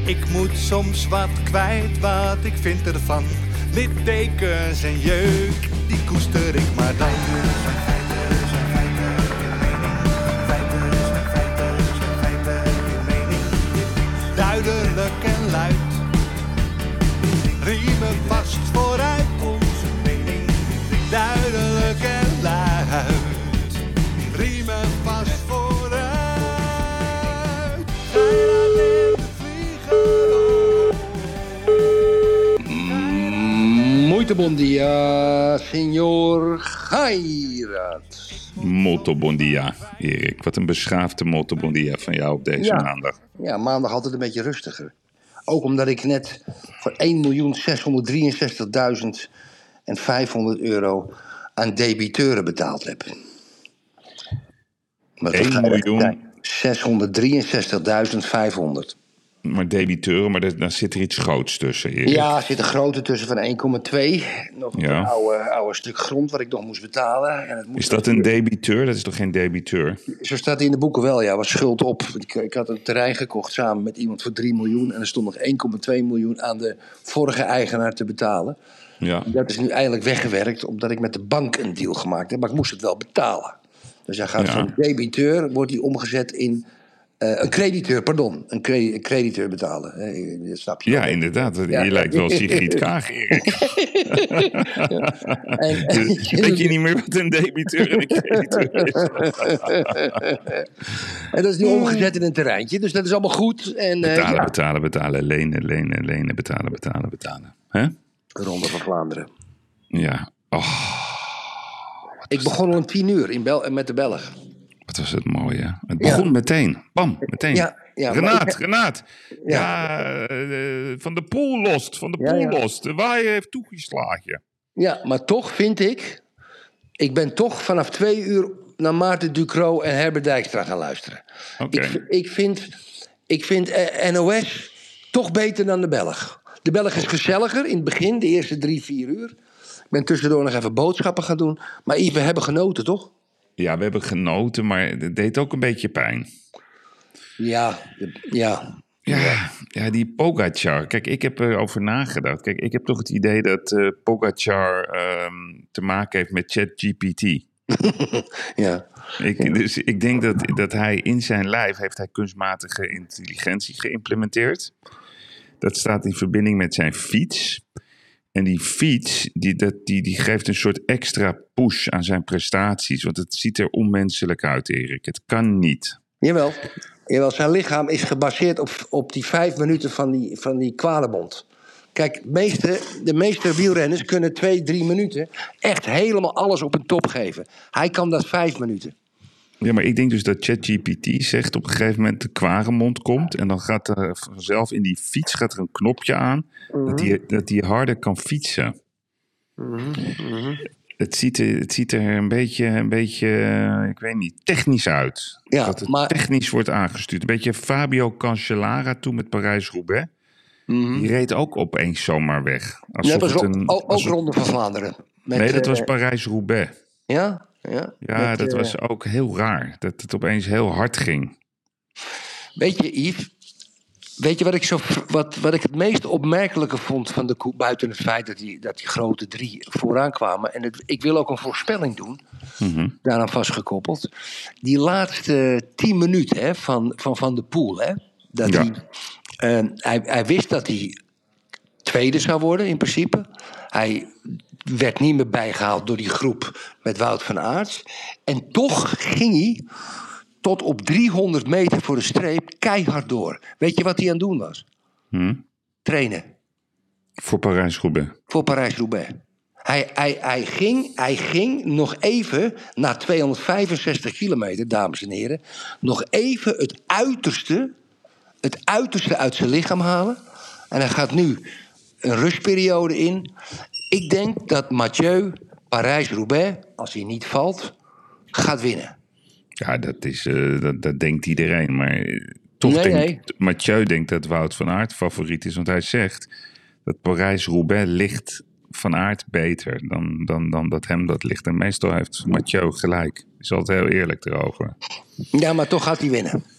Ik moet soms wat kwijt, wat ik vind ervan. Littekens en jeuk, die koester ik maar dan. Duidelijk en luid, riemen vast vooruit, onze mening. Duidelijk en luid, riemen vast vooruit. Ga je laten vliegen? Muito bom dia, senhor Gairat. Molto bon dia, Erik. Wat een beschaafde molto bon dia van jou op deze maandag. Ja, maandag altijd een beetje rustiger. Ook omdat ik net voor 1.663.500 euro aan debiteuren betaald heb. 1.663.500. Maar debiteuren, maar daar zit er iets groots tussen, Erik. Ja, er zit een grote tussen van 1,2. Nog een oude stuk grond wat ik nog moest betalen. En het moest is dat een debiteur? Dat is toch geen debiteur? Zo staat het in de boeken wel, ja. Was schuld op. Ik had een terrein gekocht samen met iemand voor 3 miljoen. En er stond nog 1,2 miljoen aan de vorige eigenaar te betalen. Ja. Dat is nu eindelijk weggewerkt, omdat ik met de bank een deal gemaakt heb. Maar ik moest het wel betalen. Dus hij gaat van debiteur, wordt hij omgezet in... een crediteur, pardon. Een crediteur betalen. Dat snap je. Ja, inderdaad. Je lijkt wel Sigrid Kaag, Erik. Weet je niet meer wat een debiteur en een crediteur is? En dat is nu omgezet in een terreintje. Dus dat is allemaal goed. En, betalen. Lenen. Betalen. Hè? Ronde van Vlaanderen. Ja. Ik begon al om 10:00 met de Belg. Wat was het mooi, hè? Het begon meteen. Bam, meteen. Ja, Renaat. Van de Poel lost. De waaier heeft toegeslagen. Ja, maar toch vind ik ben toch vanaf 2:00 naar Maarten Ducrot en Herbert Dijkstra gaan luisteren. Okay. Ik vind NOS toch beter dan de Belg. De Belg is gezelliger in het begin, de eerste 3-4 uur. Ik ben tussendoor nog even boodschappen gaan doen. Maar Yves, we hebben genoten, toch? Ja, we hebben genoten, maar het deed ook een beetje pijn. Ja, die Pogačar. Kijk, ik heb erover nagedacht. Kijk, ik heb toch het idee dat Pogačar te maken heeft met ChatGPT. Ja. Dus ik denk dat hij in zijn lijf heeft hij kunstmatige intelligentie geïmplementeerd. Dat staat in verbinding met zijn fiets. En die fiets, die geeft een soort extra push aan zijn prestaties. Want het ziet er onmenselijk uit, Erik. Het kan niet. Jawel, zijn lichaam is gebaseerd op die 5 minuten van die kwadebond. Kijk, de meeste wielrenners kunnen 2-3 minuten echt helemaal alles op een top geven. Hij kan dat 5 minuten. Ja, maar ik denk dus dat ChatGPT zegt op een gegeven moment de kwaremond komt. En dan gaat er vanzelf in die fiets gaat er een knopje aan. Mm-hmm. Dat die harder kan fietsen. Mm-hmm. Het ziet er een beetje, ik weet niet, technisch uit. Ja, dat het technisch wordt aangestuurd. Een beetje Fabio Cancellara toen met Parijs-Roubaix. Mm-hmm. Die reed ook opeens zomaar weg. Dat was ook Ronde van Vlaanderen. Dat was Parijs-Roubaix. Ja? Ja, dat was ook heel raar. Dat het opeens heel hard ging. Weet je, Yves... Weet je wat ik het meest opmerkelijke vond van de koers... buiten het feit dat die grote 3 vooraan kwamen... en ik wil ook een voorspelling doen, daaraan vastgekoppeld... die laatste 10 minuten van de Poel... hij wist dat hij tweede zou worden in principe. Hij werd niet meer bijgehaald door die groep met Wout van Aert. En toch ging hij tot op 300 meter voor de streep keihard door. Weet je wat hij aan het doen was? Trainen. Voor Parijs-Roubaix. Hij ging nog even, na 265 kilometer, dames en heren... nog even het uiterste uit zijn lichaam halen. En hij gaat nu een rustperiode in. Ik denk dat Mathieu Parijs-Roubaix, als hij niet valt, gaat winnen. Ja, dat denkt iedereen. Maar toch Mathieu denkt dat Wout van Aert favoriet is. Want hij zegt dat Parijs-Roubaix ligt Van Aert beter dan dat hem dat ligt. En meestal heeft Mathieu gelijk. Is altijd heel eerlijk erover. Ja, maar toch gaat hij winnen.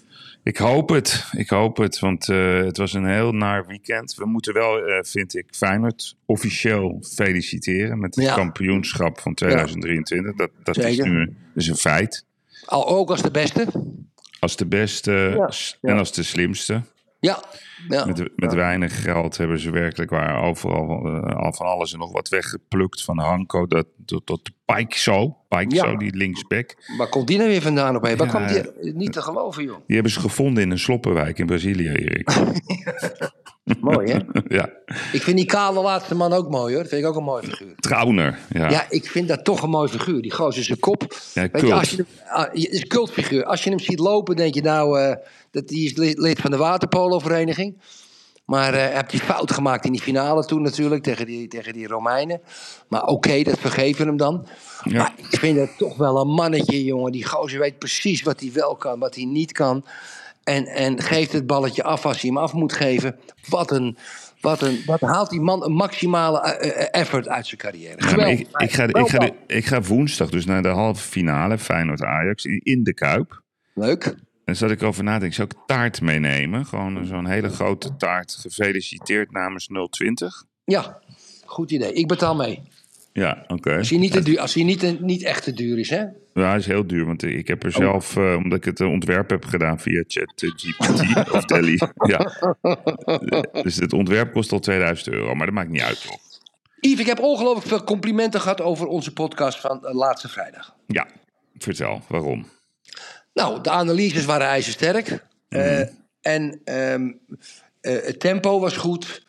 Ik hoop het, want het was een heel naar weekend. We moeten wel, vind ik, Feyenoord officieel feliciteren met het kampioenschap van 2023. Dat is nu een feit. Ook als de beste? Als de beste en als de slimste. Ja. Met weinig geld hebben ze werkelijk waar overal al van alles en nog wat weggeplukt. Van Hanko tot Paixão, die linksback. Waar komt die nou weer vandaan op? Waar komt die? Niet te geloven, joh. Die hebben ze gevonden in een sloppenwijk in Brazilië, Erik. Mooi, hè? Ja. Ik vind die kale laatste man ook mooi, hoor. Dat vind ik ook een mooi figuur. Trauner, ja. Ja, ik vind dat toch een mooi figuur. Die gozer zijn kop. Ja, weet je, is een cultfiguur. Als je hem ziet lopen, denk je nou... die is lid van de waterpolo-vereniging. Maar hij heeft die fout gemaakt in die finale toen natuurlijk. Tegen die Romeinen. Maar oké, dat vergeven we hem dan. Ja. Maar ik vind dat toch wel een mannetje, jongen. Die gozer weet precies wat hij wel kan, wat hij niet kan. En geeft het balletje af als hij hem af moet geven. Wat haalt die man een maximale effort uit zijn carrière. Ja, ik ga woensdag dus naar de halve finale Feyenoord-Ajax in de Kuip. Leuk. En zat ik over nadenken, zou ik taart meenemen? Gewoon zo'n hele grote taart. Gefeliciteerd namens 020. Ja, goed idee. Ik betaal mee. Ja, oké. Als hij niet echt te duur is, hè? Ja, hij is heel duur, want ik heb er zelf, omdat ik het ontwerp heb gedaan via ChatGPT of Telly. Ja. Dus het ontwerp kost al €2000, maar dat maakt niet uit, toch? Yves, ik heb ongelooflijk veel complimenten gehad over onze podcast van laatste vrijdag. Ja, vertel, waarom? Nou, de analyses waren ijzersterk. En het tempo was goed.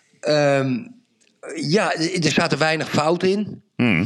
Er zaten weinig fouten in.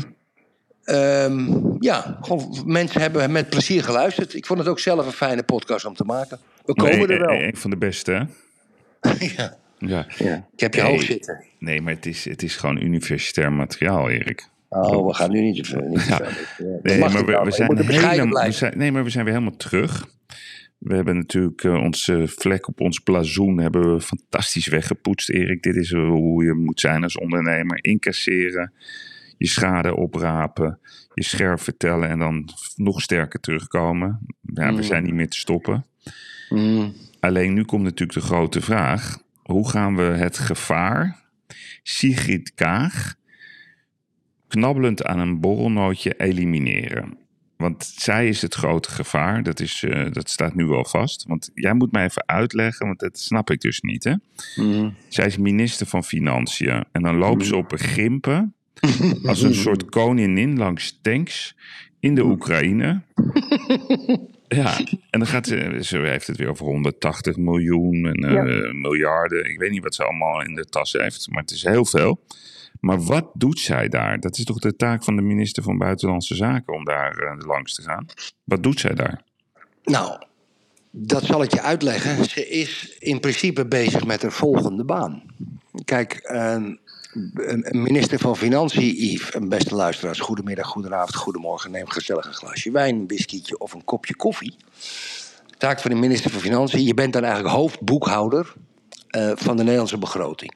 Gewoon mensen hebben met plezier geluisterd. Ik vond het ook zelf een fijne podcast om te maken. We komen er wel. Een van de beste, hè? Ja. Ik heb je hoog zitten. Nee, maar het is gewoon universitair materiaal, Erik. Oh, we gaan nu niet te veel. Nee, maar we zijn weer helemaal terug. We hebben natuurlijk onze vlek op ons blazoen hebben we fantastisch weggepoetst, Erik. Dit is hoe je moet zijn als ondernemer. Incasseren, je schade oprapen, je scherp vertellen en dan nog sterker terugkomen. Ja, we zijn niet meer te stoppen. Alleen nu komt natuurlijk de grote vraag. Hoe gaan we het gevaar Sigrid Kaag knabbelend aan een borrelnootje elimineren? Want zij is het grote gevaar. Dat staat nu wel vast. Want jij moet mij even uitleggen, want dat snap ik dus niet. Hè? Zij is minister van Financiën. En dan loopt ze op een grimpen als een soort koningin langs tanks in de Oekraïne. Ja, en dan gaat ze heeft het weer over 180 miljoen en miljarden. Ik weet niet wat ze allemaal in de tas heeft, maar het is heel veel. Maar wat doet zij daar? Dat is toch de taak van de minister van Buitenlandse Zaken om daar langs te gaan? Wat doet zij daar? Nou, dat zal ik je uitleggen. Ze is in principe bezig met haar volgende baan. Kijk, een minister van Financiën, Yves, een beste luisteraars, goedemiddag, goedenavond, goedemorgen. Neem gezellig een glaasje wijn, een biscuitje of een kopje koffie. De taak van de minister van Financiën, je bent dan eigenlijk hoofdboekhouder van de Nederlandse begroting.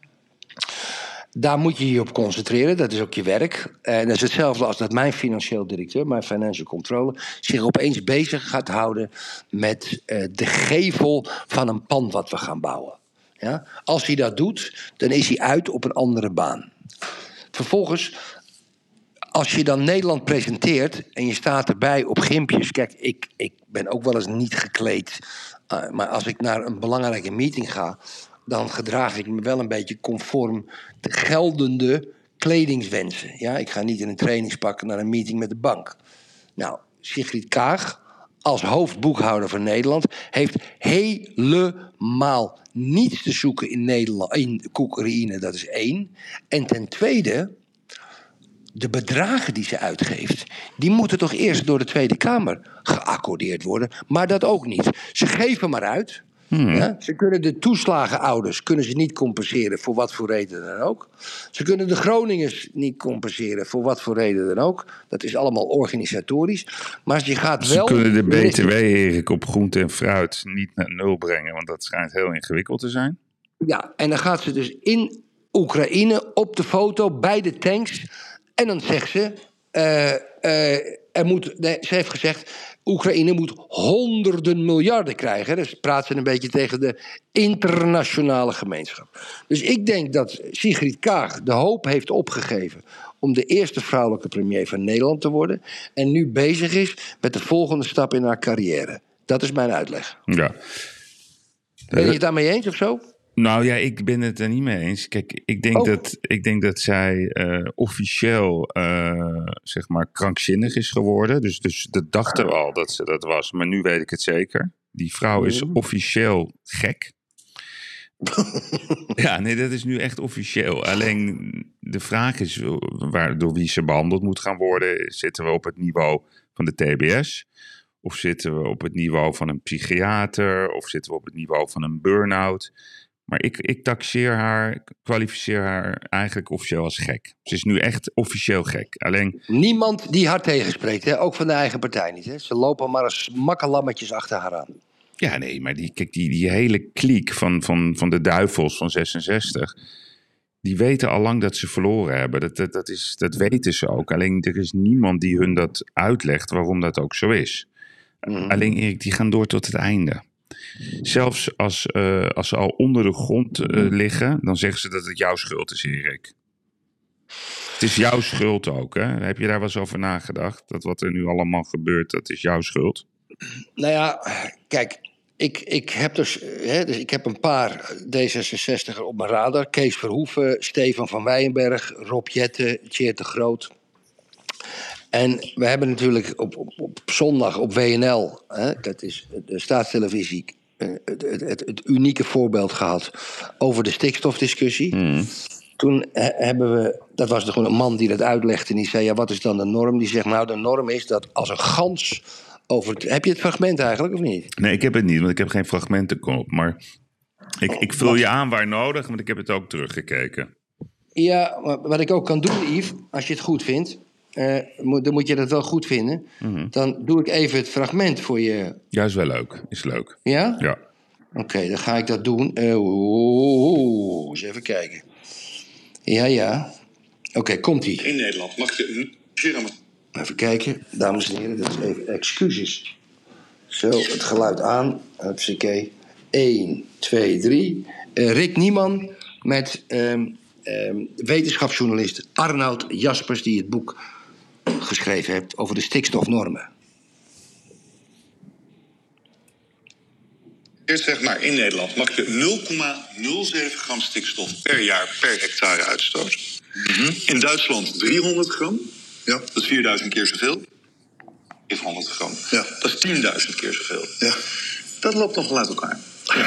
Daar moet je je op concentreren, dat is ook je werk. En dat is hetzelfde als dat mijn financieel directeur, mijn financial controller, zich opeens bezig gaat houden met de gevel van een pand wat we gaan bouwen. Ja? Als hij dat doet, dan is hij uit op een andere baan. Vervolgens, als je dan Nederland presenteert en je staat erbij op gimpjes. Kijk, ik ben ook wel eens niet gekleed. Maar als ik naar een belangrijke meeting ga, dan gedraag ik me wel een beetje conform de geldende kledingswensen. Ja, ik ga niet in een trainingspak naar een meeting met de bank. Nou, Sigrid Kaag als hoofdboekhouder van Nederland heeft helemaal niets te zoeken in Nederland, in Oekraïne, dat is 1. En ten tweede, de bedragen die ze uitgeeft, die moeten toch eerst door de Tweede Kamer geaccordeerd worden. Maar dat ook niet. Ze geven maar uit. Ja, ze kunnen de toeslagenouders niet compenseren voor wat voor reden dan ook. Ze kunnen de Groningers niet compenseren voor wat voor reden dan ook. Dat is allemaal organisatorisch. Maar je gaat wel. Ze kunnen de BTW, Erik, op groente en fruit niet naar 0 brengen, want dat schijnt heel ingewikkeld te zijn. Ja, en dan gaat ze dus in Oekraïne op de foto bij de tanks. En dan zegt ze: Ze heeft gezegd, Oekraïne moet honderden miljarden krijgen. Dus praat ze een beetje tegen de internationale gemeenschap. Dus ik denk dat Sigrid Kaag de hoop heeft opgegeven om de eerste vrouwelijke premier van Nederland te worden. En nu bezig is met de volgende stap in haar carrière. Dat is mijn uitleg. Ja. Ben je het daarmee eens of zo? Nou ja, ik ben het er niet mee eens. Kijk, ik denk dat zij officieel zeg maar krankzinnig is geworden. Dus dat dachten we al dat ze dat was. Maar nu weet ik het zeker. Die vrouw is officieel gek. Ja, nee, dat is nu echt officieel. Alleen de vraag is door wie ze behandeld moet gaan worden. Zitten we op het niveau van de TBS? Of zitten we op het niveau van een psychiater? Of zitten we op het niveau van een burn-out? Maar ik kwalificeer haar eigenlijk officieel als gek. Ze is nu echt officieel gek. Alleen... Niemand die haar tegenspreekt, hè? Ook van de eigen partij niet. Hè? Ze lopen maar als makkelammetjes achter haar aan. Ja, nee, maar die hele kliek van de duivels van 66... die weten al lang dat ze verloren hebben. Dat weten ze ook. Alleen er is niemand die hun dat uitlegt waarom dat ook zo is. Alleen Erik, die gaan door tot het einde. Zelfs als ze al onder de grond liggen, dan zeggen ze dat het jouw schuld is, Erik. Het is jouw schuld ook, hè? Heb je daar wel eens over nagedacht? Dat wat er nu allemaal gebeurt, dat is jouw schuld? Nou ja, kijk, ik heb een paar D66'er op mijn radar. Kees Verhoeven, Stefan van Weyenberg, Rob Jetten, Tjeerd de Groot. En we hebben natuurlijk op zondag op WNL, dat is de staatstelevisie, het unieke voorbeeld gehad over de stikstofdiscussie. Toen hebben we, dat was gewoon een man die dat uitlegde en die zei, ja, wat is dan de norm? Die zegt, nou, de norm is dat als een gans over het... Heb je het fragment eigenlijk of niet? Nee, ik heb het niet, want ik heb geen fragmenten op. Maar ik vul je aan waar nodig, want ik heb het ook teruggekeken. Ja, maar wat ik ook kan doen, Yves, als je het goed vindt, dan moet je dat wel goed vinden. Dan doe ik even het fragment voor je. Ja, is wel leuk. Is leuk. Ja? Ja. Oké, dan ga ik dat doen. Eens even kijken. Ja. Oké, komt-ie. In Nederland mag je... Even kijken, dames en heren, dat is even excuses. Zo, het geluid aan. Hupsakee. 1, 2, 3. Rick Nieman met wetenschapsjournalist Arnoud Jaspers, die het boek geschreven heeft over de stikstofnormen. Eerst zeg maar, in Nederland mag je 0,07 gram stikstof per jaar per hectare uitstoten. In Duitsland 300 gram. Ja. Dat is 4000 keer zoveel. 700 gram. Ja. Dat is 10.000 keer zoveel. Ja. Dat loopt nog wel uit elkaar.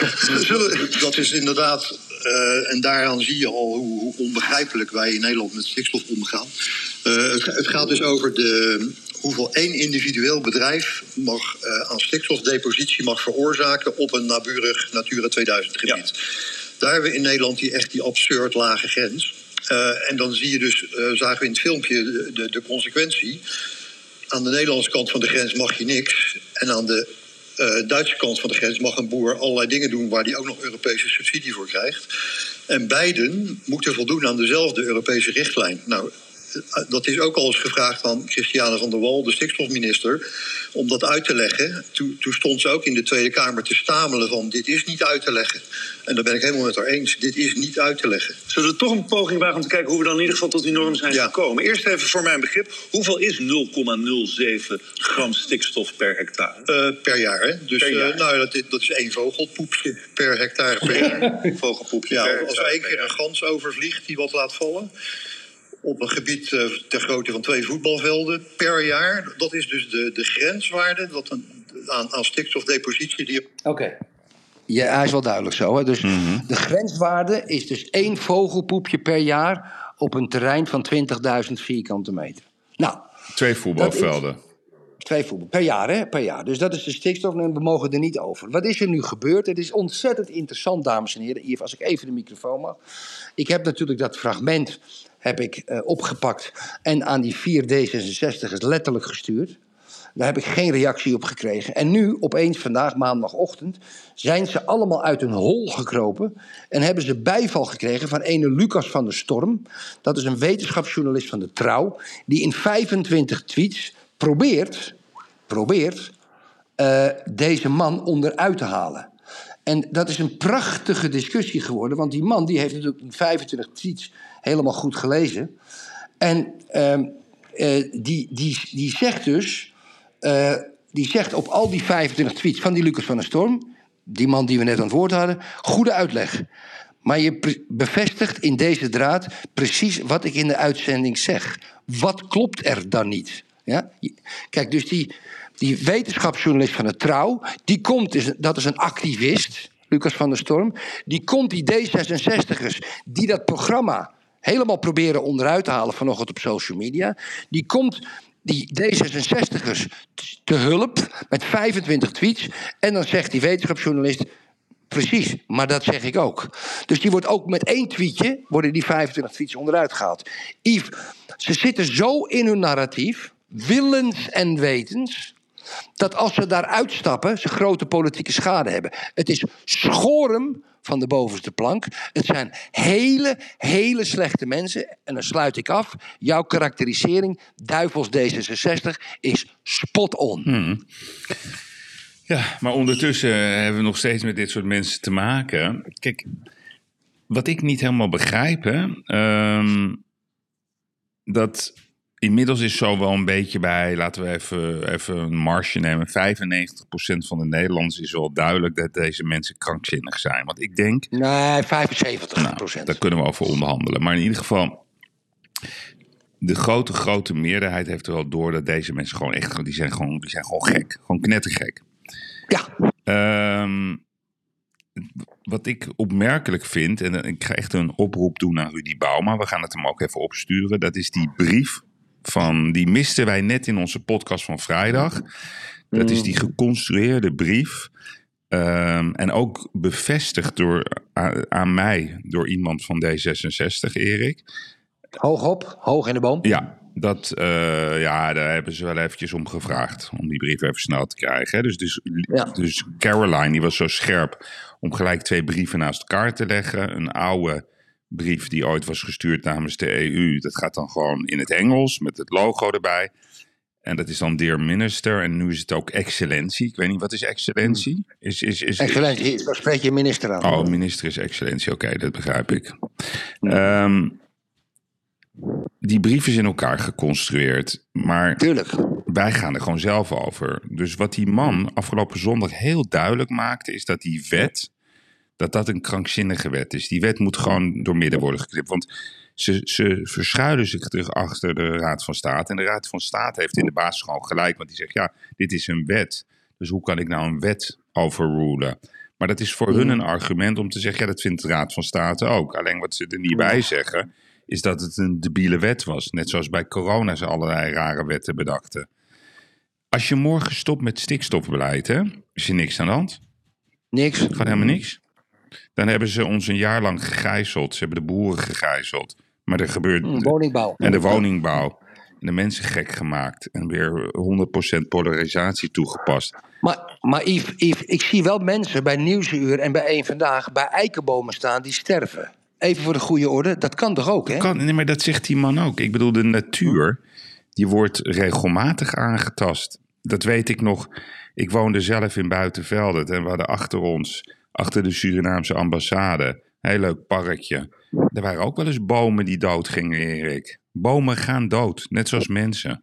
Ja. Dat is inderdaad, en daaraan zie je al hoe onbegrijpelijk wij in Nederland met stikstof omgaan. Het gaat dus over hoeveel één individueel bedrijf aan stikstofdepositie mag veroorzaken op een naburig Natura 2000 gebied. Ja. Daar hebben we in Nederland die absurd lage grens. En dan zie je dus, zagen we in het filmpje de consequentie. Aan de Nederlandse kant van de grens mag je niks. En aan de Duitse kant van de grens mag een boer allerlei dingen doen waar hij ook nog Europese subsidie voor krijgt. En beiden moeten voldoen aan dezelfde Europese richtlijn. Nou, dat is ook al eens gevraagd aan Christiane van der Wal, de stikstofminister, om dat uit te leggen. Toen stond ze ook in de Tweede Kamer te stamelen van dit is niet uit te leggen. En daar ben ik helemaal met haar eens. Dit is niet uit te leggen. Zullen we toch een poging wagen om te kijken hoe we dan in ieder geval tot die norm zijn gekomen? Eerst even voor mijn begrip. Hoeveel is 0,07 gram stikstof per hectare? Per jaar, hè? Dus per jaar. Nou, dat is 1 vogelpoepje per hectare per jaar. Vogelpoepje ja, per hectare. Als er 1 keer een gans overvliegt die wat laat vallen op een gebied ter grootte van 2 voetbalvelden per jaar. Dat is dus de grenswaarde aan stikstofdepositie. Oké. Ja, hij is wel duidelijk zo. Hè? Dus de grenswaarde is dus 1 vogelpoepje per jaar op een terrein van 20.000 vierkante meter. Nou, 2 voetbalvelden. 2 voetbal per jaar, hè? Per jaar. Dus dat is de stikstof en we mogen er niet over. Wat is er nu gebeurd? Het is ontzettend interessant, dames en heren. Yves, als ik even de microfoon mag. Ik heb natuurlijk dat fragment opgepakt en aan die 4 D66'ers letterlijk gestuurd. Daar heb ik geen reactie op gekregen. En nu, opeens vandaag, maandagochtend, zijn ze allemaal uit hun hol gekropen en hebben ze bijval gekregen van ene Lucas van der Storm. Dat is een wetenschapsjournalist van de Trouw, die in 25 tweets probeert deze man onderuit te halen. En dat is een prachtige discussie geworden. Want die man die heeft natuurlijk 25 tweets helemaal goed gelezen. En die zegt dus... die zegt op al die 25 tweets van die Lucas van der Storm... die man die we net aan het woord hadden... goede uitleg. Maar je bevestigt in deze draad precies wat ik in de uitzending zeg. Wat klopt er dan niet? Ja? Kijk, dus die wetenschapsjournalist van het Trouw... dat is een activist, Lucas van der Storm... die komt die D66'ers die dat programma helemaal proberen onderuit te halen... vanochtend op social media... die komt die D66'ers te hulp met 25 tweets... en dan zegt die wetenschapsjournalist... Precies, maar dat zeg ik ook. Dus die wordt ook met 1 tweetje... worden die 25 tweets onderuit gehaald. Yves, ze zitten zo in hun narratief... willens en wetens... dat als ze daar uitstappen... ze grote politieke schade hebben. Het is schorem van de bovenste plank. Het zijn hele slechte mensen. En dan sluit ik af. Jouw karakterisering, duivels D66, is spot on. Ja, maar ondertussen hebben we nog steeds met dit soort mensen te maken. Kijk, wat ik niet helemaal begrijp, dat inmiddels is zo wel een beetje bij, laten we even een marge nemen, 95% van de Nederlanders is wel duidelijk dat deze mensen krankzinnig zijn. Want ik denk... Nee, 75%. Nou, daar kunnen we over onderhandelen. Maar in ieder geval... De grote meerderheid heeft er wel door dat deze mensen gewoon echt... Die zijn gewoon gek. Gewoon knettergek. Ja. Wat ik opmerkelijk vind... En ik ga echt een oproep doen aan Rudy Bauma. We gaan het hem ook even opsturen. Dat is die brief die misten wij net in onze podcast van vrijdag. Dat is die geconstrueerde brief... en ook bevestigd aan mij door iemand van D66, Erik... Hoog in de boom. Ja, daar hebben ze wel eventjes om gevraagd. Om die brief even snel te krijgen. Hè. Dus Caroline, die was zo scherp om gelijk 2 brieven naast elkaar te leggen. Een oude brief die ooit was gestuurd namens de EU. Dat gaat dan gewoon in het Engels met het logo erbij. En dat is dan Dear Minister. En nu is het ook excellentie. Ik weet niet, wat is excellentie? Excellentie, daar spreek je minister aan. Oh, minister is excellentie. Oké, dat begrijp ik. Die brief is in elkaar geconstrueerd. Maar Tuurlijk. Wij gaan er gewoon zelf over. Dus wat die man afgelopen zondag heel duidelijk maakte... is dat die wet, dat een krankzinnige wet is. Die wet moet gewoon doormidden worden geknipt. Want ze verschuilen zich terug achter de Raad van State. En de Raad van State heeft in de basis gewoon gelijk. Want die zegt, ja, dit is een wet. Dus hoe kan ik nou een wet overrulen? Maar dat is voor hun een argument om te zeggen... ja, dat vindt de Raad van State ook. Alleen wat ze er niet bij zeggen... is dat het een debiele wet was. Net zoals bij corona ze allerlei rare wetten bedachten. Als je morgen stopt met stikstofbeleid, is er niks aan de hand. Niks. Gewoon helemaal niks. Dan hebben ze ons een jaar lang gegijzeld. Ze hebben de boeren gegijzeld. Maar er gebeurt... Woningbouw. En de woningbouw. En de mensen gek gemaakt. En weer 100% polarisatie toegepast. Maar Yves, ik zie wel mensen bij Nieuwsuur en bij Eén Vandaag... bij eikenbomen staan die sterven. Even voor de goede orde, dat kan toch ook, hè? Nee, maar dat zegt die man ook. Ik bedoel, de natuur, die wordt regelmatig aangetast. Dat weet ik nog. Ik woonde zelf in Buitenveldert en we hadden achter ons, achter de Surinaamse ambassade, een heel leuk parkje. Er waren ook wel eens bomen die doodgingen, Erik. Bomen gaan dood, net zoals mensen.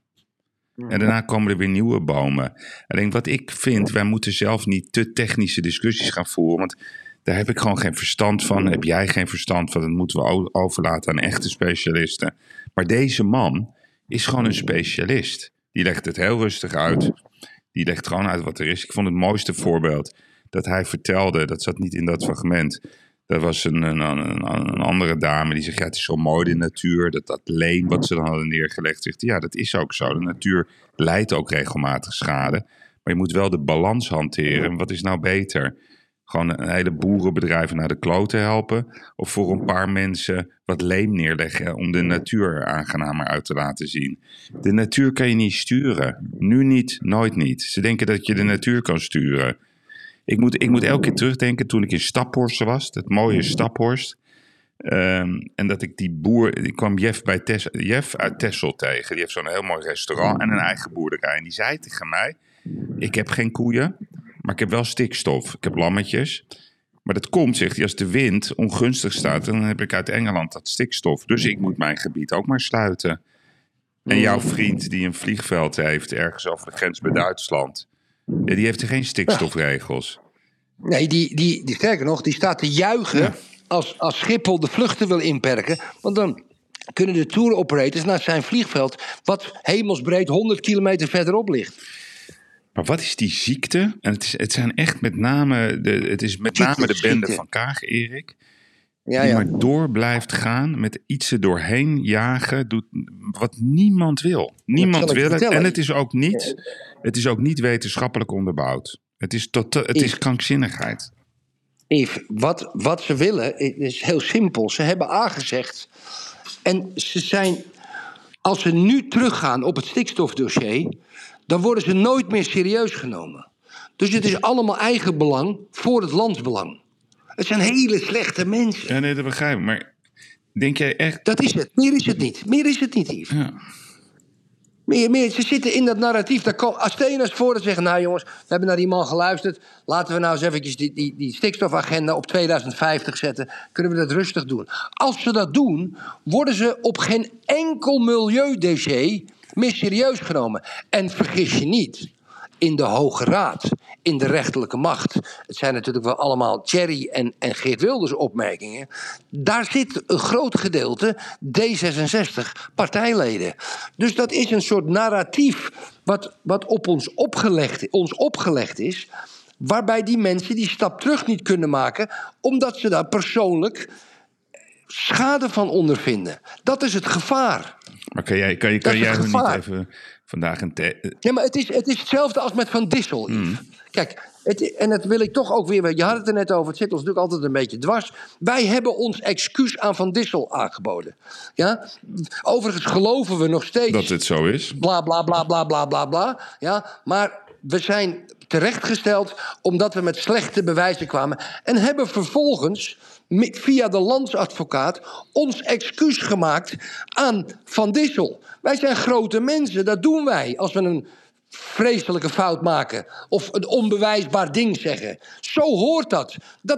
En daarna komen er weer nieuwe bomen. Alleen wat ik vind, wij moeten zelf niet te technische discussies gaan voeren, want... Daar heb ik gewoon geen verstand van. Daar heb jij geen verstand van. Dat moeten we overlaten aan echte specialisten. Maar deze man is gewoon een specialist. Die legt het heel rustig uit. Die legt gewoon uit wat er is. Ik vond het mooiste voorbeeld dat hij vertelde. Dat zat niet in dat fragment. Dat was een andere dame die zegt... ja, het is zo mooi de natuur. Dat leem wat ze dan hadden neergelegd. Zegt, ja, dat is ook zo. De natuur leidt ook regelmatig schade. Maar je moet wel de balans hanteren. Wat is nou beter? Gewoon een hele boerenbedrijven naar de klote helpen. Of voor een paar mensen wat leem neerleggen om de natuur aangenamer uit te laten zien. De natuur kan je niet sturen. Nu niet, nooit niet. Ze denken dat je de natuur kan sturen. Ik moet elke keer terugdenken toen ik in Staphorst was. Dat mooie Staphorst. En dat ik die boer... Ik kwam Jeff uit Texel tegen. Die heeft zo'n heel mooi restaurant en een eigen boerderij. En die zei tegen mij... Ik heb geen koeien, maar ik heb wel stikstof. Ik heb lammetjes. Maar dat komt, zegt hij, als de wind ongunstig staat... dan heb ik uit Engeland dat stikstof. Dus ik moet mijn gebied ook maar sluiten. En jouw vriend die een vliegveld heeft... ergens over de grens bij Duitsland... die heeft er geen stikstofregels. Nee, die sterker nog, die staat te juichen... Als Schiphol de vluchten wil inperken. Want dan kunnen de tour operators naar zijn vliegveld... wat hemelsbreed 100 kilometer verderop ligt. Maar wat is die ziekte? En het zijn echt met name de bende van Kaag, Erik... die maar door blijft gaan, met iets er doorheen jagen... doet wat niemand wil. Niemand wil het. En het is ook niet wetenschappelijk onderbouwd. Het is krankzinnigheid. Yves, wat ze willen is heel simpel. Ze hebben A gezegd... en ze zijn... als ze nu teruggaan op het stikstofdossier... dan worden ze nooit meer serieus genomen. Dus het is allemaal eigenbelang voor het landsbelang. Het zijn hele slechte mensen. Ja, nee, dat begrijp ik. Maar denk jij echt... Dat is het. Meer is het niet. Meer is het niet, Yves. Ja. Meer. Ze zitten in dat narratief. Daar komen Athena's voor te zeggen... nou jongens, we hebben naar die man geluisterd. Laten we nou eens eventjes die stikstofagenda op 2050 zetten. Kunnen we dat rustig doen. Als ze dat doen, worden ze op geen enkel milieudossier meer serieus genomen. En vergis je niet... in de Hoge Raad, in de rechterlijke macht... het zijn natuurlijk wel allemaal Thierry en Geert Wilders opmerkingen... daar zit een groot gedeelte D66 partijleden. Dus dat is een soort narratief wat op ons opgelegd is... waarbij die mensen die stap terug niet kunnen maken... omdat ze daar persoonlijk schade van ondervinden. Dat is het gevaar. Maar kan jij niet even... vandaag Ja, maar het is hetzelfde als met Van Dissel, Yves. Kijk, en dat wil ik toch ook weer... je had het er net over, het zit ons natuurlijk altijd een beetje dwars. Wij hebben ons excuus aan Van Dissel aangeboden. Ja? Overigens geloven we nog steeds... dat het zo is. Bla, bla, bla, bla, bla, bla, bla. Ja? Maar we zijn terechtgesteld omdat we met slechte bewijzen kwamen... en hebben vervolgens... via de landsadvocaat ons excuus gemaakt aan Van Dissel. Wij zijn grote mensen, dat doen wij als we een vreselijke fout maken of een onbewijsbaar ding zeggen. Zo hoort dat.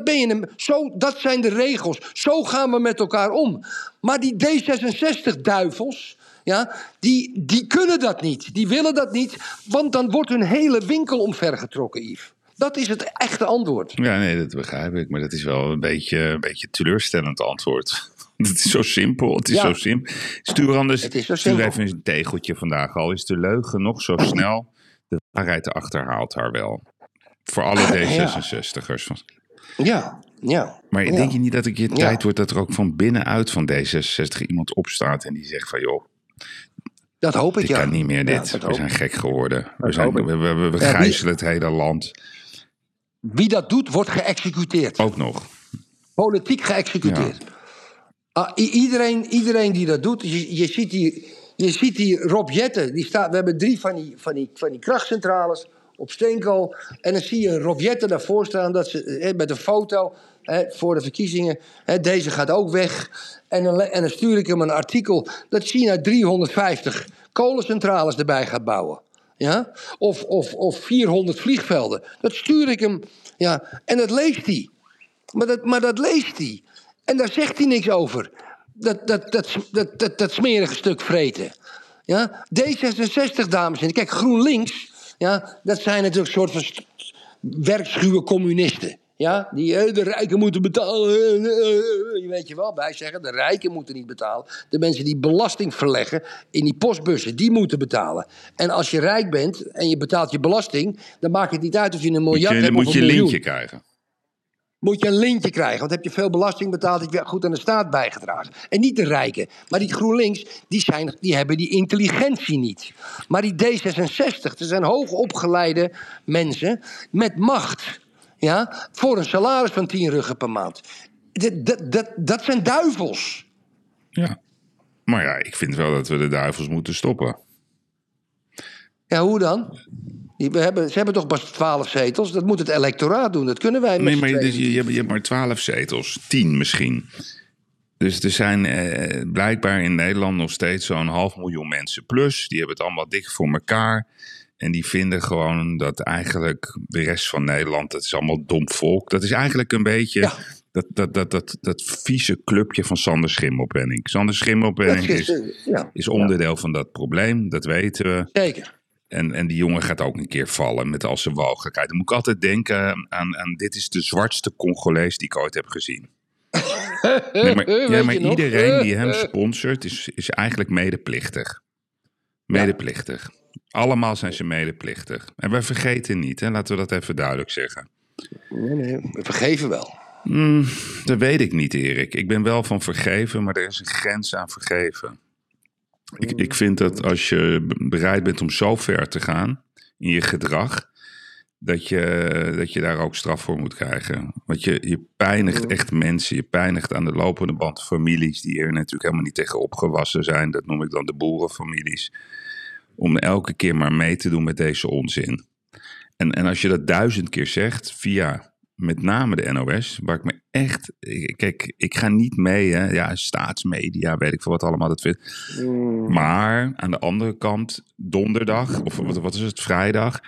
Dat zijn de regels. Zo gaan we met elkaar om. Maar die D66-duivels... ja, die kunnen dat niet. Die willen dat niet, want dan wordt hun hele winkel omvergetrokken, Yves. Dat is het echte antwoord. Ja, nee, dat begrijp ik. Maar dat is wel een beetje teleurstellend antwoord. Het is zo simpel. Het is zo simpel. Stuur even een tegeltje vandaag al. Is de leugen nog zo snel? De waarheid achterhaalt haar wel. Voor alle D66'ers. Ja. Maar denk je niet dat het een keer tijd wordt... dat er ook van binnenuit van D66 iemand opstaat... en die zegt van joh... dat hoop ik, dit kan niet meer, dit. We zijn gek geworden. We gijzelen het hele land. Wie dat doet, wordt geëxecuteerd. Ook nog. Politiek geëxecuteerd. Ja. Iedereen die dat doet... Je ziet die Rob Jetten. We hebben 3 van die krachtcentrales op steenkool. En dan zie je een Rob Jetten daarvoor staan... dat ze met een foto voor de verkiezingen... deze gaat ook weg. En dan stuur ik hem een artikel... dat China 350 kolencentrales erbij gaat bouwen. Ja? Of 400 vliegvelden. Dat stuur ik hem. Ja. En dat leest hij. Maar dat leest hij. En daar zegt hij niks over. Dat smerige stuk vreten. Ja? D66, dames en heren. Kijk, GroenLinks... ja, dat zijn natuurlijk een soort van werkschuwe communisten. Ja, die de rijken moeten betalen. Je weet je wel, wij zeggen de rijken moeten niet betalen. De mensen die belasting verleggen in die postbussen, die moeten betalen. En als je rijk bent en je betaalt je belasting... dan maakt het niet uit of je een miljard hebt of een miljoen. Moet je een lintje krijgen. Moet je een lintje krijgen, want heb je veel belasting betaald... heb je goed aan de staat bijgedragen. En niet de rijken. Maar die GroenLinks, die hebben die intelligentie niet. Maar die D66, er zijn hoogopgeleide mensen met macht... ja, voor een salaris van 10 ruggen per maand. Dat zijn duivels. Ja, maar ja, ik vind wel dat we de duivels moeten stoppen. Ja, hoe dan? Ze hebben toch pas 12 zetels? Dat moet het electoraat doen, dat kunnen wij met Nee, maar je hebt maar 12 zetels. 10 misschien. Dus er zijn blijkbaar in Nederland nog steeds zo'n 500.000 mensen plus. Die hebben het allemaal dik voor elkaar. En die vinden gewoon dat eigenlijk de rest van Nederland, dat is allemaal dom volk. Dat is eigenlijk een beetje... Ja. Dat vieze clubje van Sander Schimmelpenninck. Sander Schimmelpenninck is onderdeel van dat probleem, dat weten we. Zeker. En die jongen gaat ook een keer vallen met al zijn walgelijkheid. Dan moet ik altijd denken aan dit is de zwartste Congolees die ik ooit heb gezien. maar iedereen die hem sponsort is eigenlijk medeplichtig. Medeplichtig. Allemaal zijn ze medeplichtig. En wij vergeten niet, hè? Laten we dat even duidelijk zeggen. Nee, we vergeven wel. Dat weet ik niet, Erik. Ik ben wel van vergeven, maar er is een grens aan vergeven. Ik vind dat als je bereid bent om zo ver te gaan in je gedrag, dat je daar ook straf voor moet krijgen. Want je pijnigt echt mensen. Je pijnigt aan de lopende band families die er natuurlijk helemaal niet tegen opgewassen zijn. Dat noem ik dan de boerenfamilies. Om elke keer maar mee te doen met deze onzin. En als je dat 1000 keer zegt via met name de NOS, waar ik me echt... Kijk, ik ga niet mee, hè. Ja, staatsmedia, weet ik veel wat allemaal dat vindt. Maar aan de andere kant, donderdag, of wat is het, vrijdag...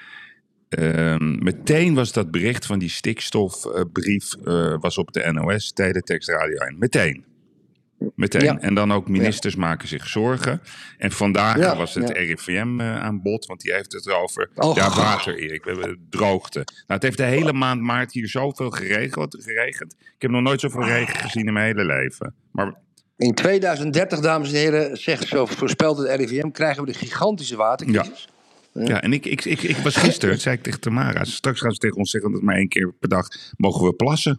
meteen was dat bericht van die stikstofbrief was op de NOS, Teletext Radio 1. Meteen. Ja. En dan ook ministers maken zich zorgen. En vandaag was het RIVM aan bod, want die heeft het erover. Water, Erik. We hebben droogte. Nou, het heeft de hele maand maart hier zoveel geregend. Ik heb nog nooit zoveel regen gezien in mijn hele leven. Maar in 2030, dames en heren, voorspelt het RIVM, krijgen we de gigantische watercrisis. Ja, en ik was gisteren, zei ik tegen Tamara, straks gaan ze tegen ons zeggen dat maar 1 keer per dag mogen we plassen.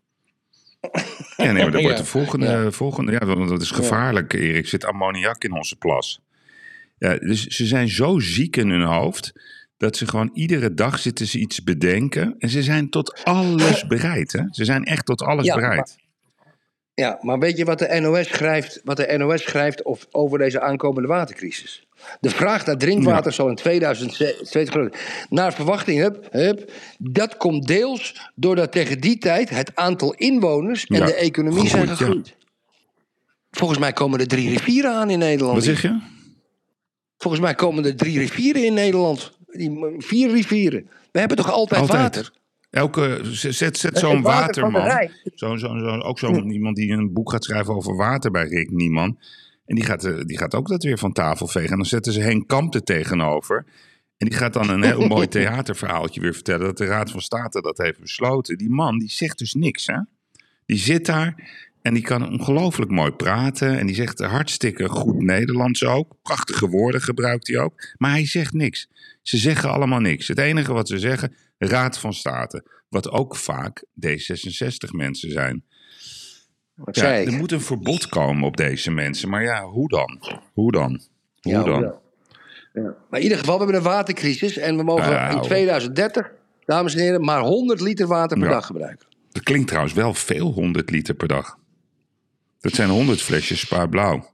Ja, nee, maar dat wordt de volgende. Ja, want dat is gevaarlijk, Erik. Er zit ammoniak in onze plas. Ja, dus ze zijn zo ziek in hun hoofd dat ze gewoon iedere dag zitten ze iets bedenken. En ze zijn tot alles bereid. Hè? Ze zijn echt tot alles bereid. Maar weet je wat de NOS schrijft over deze aankomende watercrisis? De vraag naar drinkwater zal in 2020... Naar verwachting, dat komt deels doordat tegen die tijd het aantal inwoners en de economie zijn gegroeid. Ja. Volgens mij komen er 3 rivieren aan in Nederland. Wat zeg je? Volgens mij komen er 3 rivieren in Nederland. 4 rivieren. We hebben toch altijd water? Zet zo'n waterman. Ook zo'n iemand die een boek gaat schrijven over water bij Rick Nieman. En die gaat ook dat weer van tafel vegen. En dan zetten ze Henk Kamp er tegenover. En die gaat dan een heel mooi theaterverhaaltje weer vertellen. Dat de Raad van State dat heeft besloten. Die man, die zegt dus niks, hè. Die zit daar en die kan ongelooflijk mooi praten. En die zegt hartstikke goed Nederlands ook. Prachtige woorden gebruikt hij ook. Maar hij zegt niks. Ze zeggen allemaal niks. Het enige wat ze zeggen, Raad van State. Wat ook vaak D66 mensen zijn. Er moet een verbod komen op deze mensen. Maar ja, hoe dan? Maar in ieder geval, we hebben een watercrisis. En we mogen in 2030, dames en heren, maar 100 liter water per dag gebruiken. Dat klinkt trouwens wel veel, 100 liter per dag. Dat zijn 100 flesjes Spa Blauw.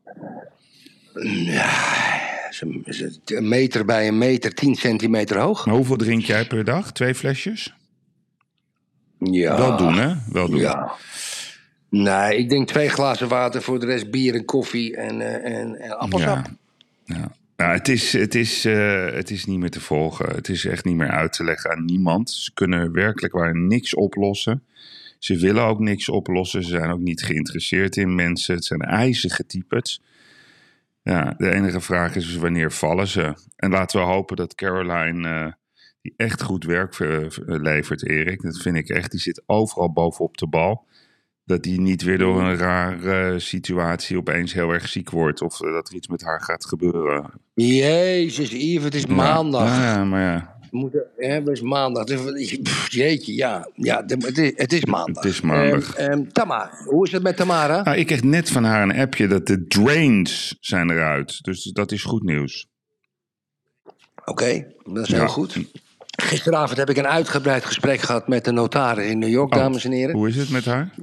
Een meter bij een meter, 10 centimeter hoog. Maar hoeveel drink jij per dag? 2 flesjes? Ja. Wel doen, hè? Wel doen. Ja. Nee, ik denk 2 glazen water, voor de rest bier en koffie en appelsap. Ja. Nou, het is niet meer te volgen. Het is echt niet meer uit te leggen aan niemand. Ze kunnen werkelijk waar niks oplossen. Ze willen ook niks oplossen. Ze zijn ook niet geïnteresseerd in mensen. Het zijn ijzige types. Ja, de enige vraag is wanneer vallen ze? En laten we hopen dat Caroline, die echt goed werk levert, Erik. Dat vind ik echt. Die zit overal bovenop de bal. Dat die niet weer door een rare situatie opeens heel erg ziek wordt. Of dat er iets met haar gaat gebeuren. Jezus, Yves, het is maandag. Ja, maar ja. Het is maandag. Jeetje, ja. Het is maandag. Het is maandag. Tamara, hoe is het met Tamara? Nou, ik kreeg net van haar een appje dat de drains zijn eruit. Dus dat is goed nieuws. Oké, dat is heel goed. Gisteravond heb ik een uitgebreid gesprek gehad met de notaris in New York, dames en heren. Hoe is het met haar?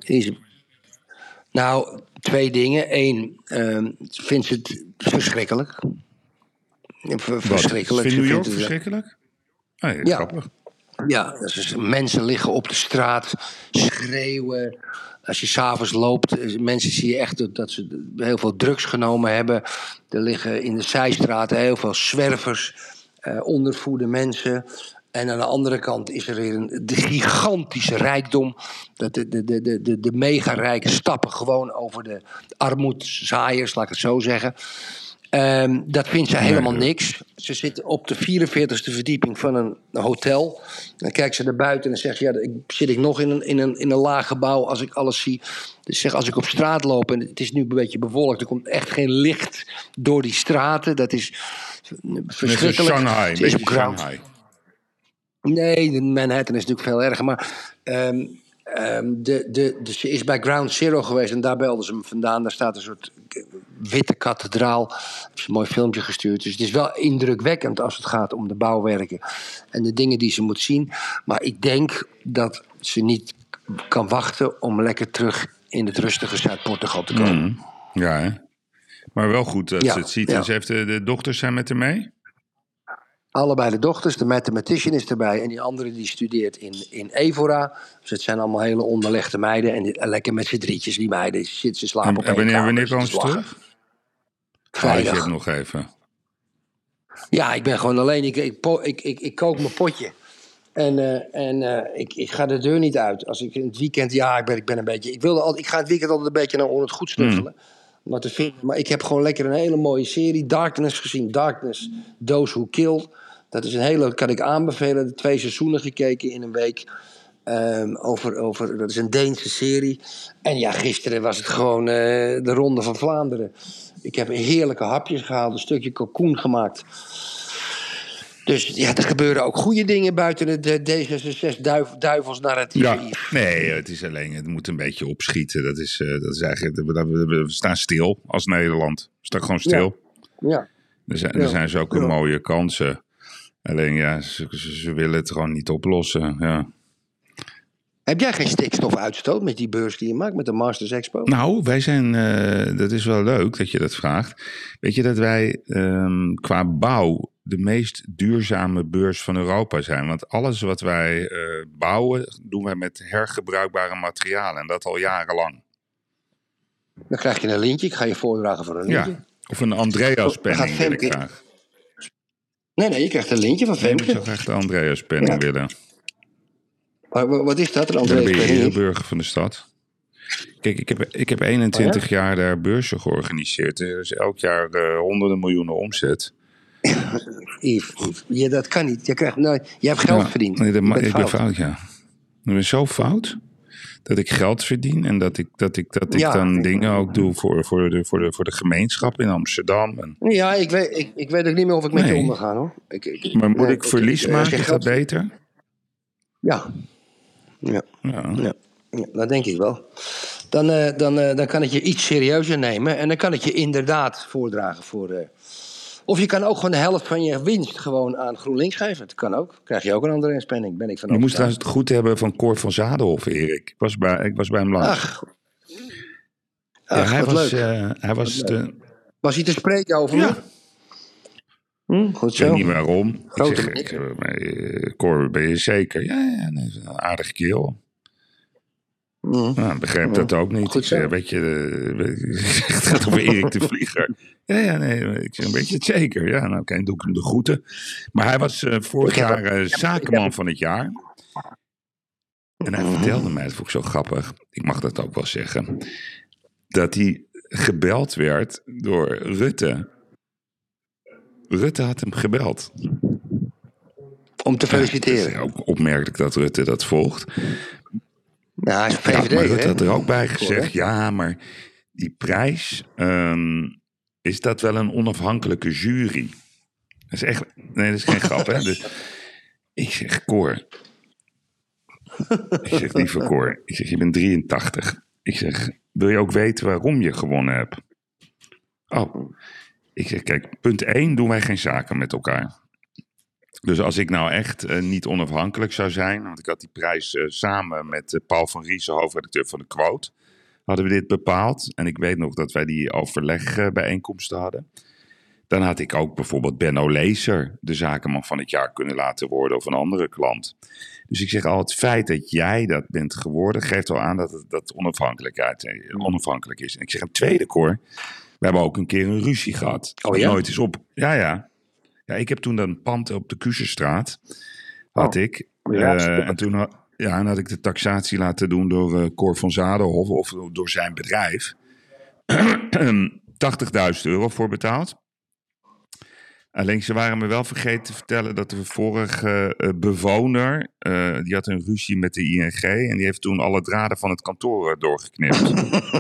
Nou, 2 dingen. 1, vindt ze het verschrikkelijk. Verschrikkelijk. Vindt New York verschrikkelijk? Ja. Grappig. Ja, dus mensen liggen op de straat, schreeuwen. Als je s'avonds loopt, mensen zie je echt dat ze heel veel drugs genomen hebben. Er liggen in de zijstraten heel veel zwervers, ondervoede mensen. En aan de andere kant is er weer de gigantische rijkdom. Dat de mega-rijken stappen gewoon over de armoedzaaiers, laat ik het zo zeggen. Dat vindt zij helemaal niks. Ze zitten op de 44e verdieping van een hotel. Dan kijkt ze naar buiten en zegt ze... ja, zit ik nog in een laag gebouw als ik alles zie. Dus zeg, als ik op straat loop en het is nu een beetje bewolkt... er komt echt geen licht door die straten. Dat is verschrikkelijk. Shanghai, Ze is op Shanghai. Nee, Manhattan is natuurlijk veel erger. Maar ze is bij Ground Zero geweest en daar belden ze me vandaan. Daar staat een soort witte kathedraal. Ze heeft een mooi filmpje gestuurd. Dus het is wel indrukwekkend als het gaat om de bouwwerken en de dingen die ze moet zien. Maar ik denk dat ze niet kan wachten om lekker terug in het rustige Zuid-Portugal te komen. Ja, hè? Maar wel goed dat ze het ziet. Ja. En ze heeft de dochters zijn met haar mee? Allebei de dochters, de mathematician is erbij en die andere die studeert in Evora. Dus het zijn allemaal hele onderlegde meiden en lekker met z'n drietjes, die meiden. Ze slapen op één kamer. En wanneer komen ze terug? Vrijdag. Je hebt nog even. Ja, ik ben gewoon alleen. Ik kook mijn potje. En ik ga de deur niet uit. Als ik in het weekend, ik ben een beetje... Ik ga het weekend altijd een beetje naar onder het goed snuffelen. Wat te vinden. Maar ik heb gewoon lekker een hele mooie serie. Darkness gezien. Darkness, Those Who Killed. Dat is kan ik aanbevelen. De 2 seizoenen gekeken in een week. Dat is een Deense serie. En ja, gisteren was het gewoon de Ronde van Vlaanderen. Ik heb heerlijke hapjes gehaald. Een stukje kalkoen gemaakt. Dus ja, er gebeuren ook goede dingen buiten de D66 duivelsnarratief. Ja, nee, het moet een beetje opschieten. Dat is eigenlijk, we staan stil als Nederland. We staan gewoon stil. Ja. Er zijn zulke mooie kansen. Alleen ja, ze willen het gewoon niet oplossen. Ja. Heb jij geen stikstofuitstoot met die beurs die je maakt met de Masters Expo? Nou, wij zijn, dat is wel leuk dat je dat vraagt. Weet je dat wij qua bouw de meest duurzame beurs van Europa zijn? Want alles wat wij bouwen, doen wij met hergebruikbare materialen. En dat al jarenlang. Dan krijg je een lintje. Ik ga je voordragen voor een lintje. Ja, of een Andreas-penning wil ik graag. Nee, je krijgt een lintje van Femke. Ik zou graag de Andreas-penning willen. Wat is dat? Dan ben je ereburger van de stad. Kijk, ik heb 21 jaar daar beurzen georganiseerd. Dus elk jaar honderden miljoenen omzet. Yves, dat kan niet. Je hebt geld verdiend. Nee, ik ben fout, ja. Ik ben zo fout dat ik geld verdien en dat ik dan dingen ook doe voor de gemeenschap in Amsterdam. En... Ja, ik weet ook niet meer of ik met je omga, hoor. Maar moet ik verlies maken? Is dat beter? Ja, dat denk ik wel. Dan kan ik je iets serieuzer nemen en dan kan ik je inderdaad voordragen voor... Of je kan ook gewoon de helft van je winst gewoon aan GroenLinks geven. Dat kan ook. Krijg je ook een andere inspanning. Ben ik van. Je moest trouwens het goed hebben van Cor van Zadenhof, Erik. Ik was bij hem langs. Hij was leuk. Was hij te spreken over me? Goed zo. Ik weet niet waarom. Cor, ben je zeker? Ja, een aardige kerel. Nou, begrijp dat ook niet. Ik zeg, weet je, het gaat over Erik de Vlieger. Ik zeg, weet je het zeker? Ja, nou, oké, doe ik hem de groeten. Maar hij was vorig jaar zakenman van het jaar. En hij vertelde mij, dat vond ik zo grappig, ik mag dat ook wel zeggen, dat hij gebeld werd door Rutte. Rutte had hem gebeld. Om te feliciteren. Het is ook opmerkelijk dat Rutte dat volgt. Nou, hij is VVD, maar Rutte had er ook bij gezegd, maar die prijs, is dat wel een onafhankelijke jury? Dat is echt, nee, dat is geen grap, hè? Dus ik zeg, Cor. Ik zeg, lieve Cor. Ik zeg, je bent 83. Ik zeg, wil je ook weten waarom je gewonnen hebt? Oh. Ik zeg, kijk, punt 1, doen wij geen zaken met elkaar. Dus als ik nou echt niet onafhankelijk zou zijn, want ik had die prijs samen met Paul van Riesen, hoofdredacteur van de Quote, hadden we dit bepaald. En ik weet nog dat wij die overlegbijeenkomsten hadden. Dan had ik ook bijvoorbeeld Benno Lezer de zakenman van het jaar kunnen laten worden of een andere klant. Dus ik zeg al, het feit dat jij dat bent geworden geeft wel aan dat onafhankelijk is. En ik zeg een tweede, Cor, we hebben ook een keer een ruzie gehad. Oh ja? Nooit eens op. Ja, ik heb toen een pand op de Kuzenstraat, had ik. En toen had ik de taxatie laten doen door Cor van Zadenhof of door zijn bedrijf. €80.000 voor betaald. Alleen ze waren me wel vergeten te vertellen dat de vorige bewoner, die had een ruzie met de ING en die heeft toen alle draden van het kantoor doorgeknipt.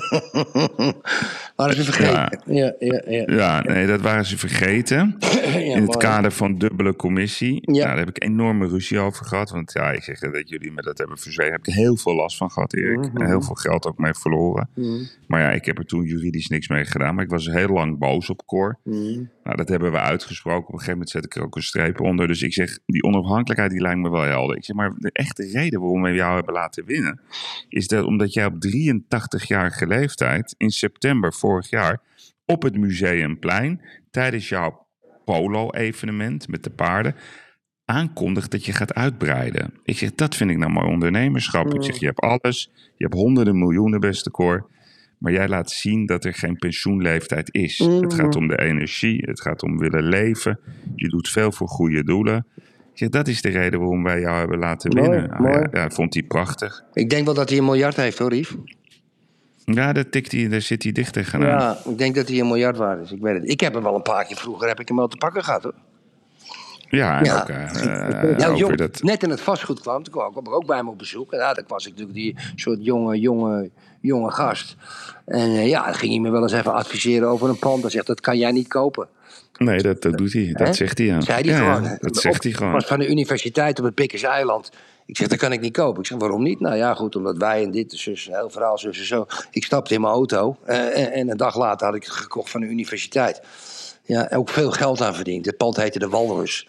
Waren ze vergeten? Ja, nee, dat waren ze vergeten. In het kader van dubbele commissie. Ja. Nou, daar heb ik enorme ruzie over gehad. Want ja, ik zeg dat jullie me dat hebben verzwegen. Daar heb ik heel veel last van gehad, Erik. En heel veel geld ook mee verloren. Maar ja, ik heb er toen juridisch niks mee gedaan. Maar ik was heel lang boos op Cor. Nou, dat hebben we uitgesproken. Op een gegeven moment zet ik er ook een streep onder. Dus ik zeg, die onafhankelijkheid die lijkt me wel helder. Ik zeg, maar de echte reden waarom we jou hebben laten winnen is dat omdat jij op 83-jarige leeftijd in september vorig jaar op het Museumplein tijdens jouw polo-evenement met de paarden aankondigt dat je gaat uitbreiden. Ik zeg, dat vind ik nou mooi ondernemerschap. Ik zeg, je hebt alles. Je hebt honderden miljoenen, beste Cor. Maar jij laat zien dat er geen pensioenleeftijd is. Het gaat om de energie. Het gaat om willen leven. Je doet veel voor goede doelen. Ik zeg, dat is de reden waarom wij jou hebben laten winnen. Mooi. Ja, vond hij prachtig. Ik denk wel dat hij $1 miljard heeft, hoor, Yves. Ja, daar zit hij dicht tegenaan. Ja, ik denk dat hij $1 miljard waard is. Ik weet het. Ik heb hem wel een paar keer vroeger heb ik hem wel te pakken gehad, hoor. Ja, en ook jong, dat... net in het vastgoed kwam ik ook bij hem op bezoek. En ja, dan was ik natuurlijk die soort jonge gast. En dan ging hij me wel eens even adviseren over een pand. Dan zegt, dat kan jij niet kopen. Nee, dat doet hij. Dat zegt hij, ja. Zei hij gewoon. Ja, dat zegt hij gewoon. Was van de universiteit op het Pikkerseiland. Ik zeg, dat kan ik niet kopen. Ik zeg, waarom niet? Nou ja, goed, omdat wij en dit, zus, een heel verhaal, zus en zo. Ik stapte in mijn auto en een dag later had ik het gekocht van de universiteit. Ja, ook veel geld aan verdiend. Het pand heette de Walrus.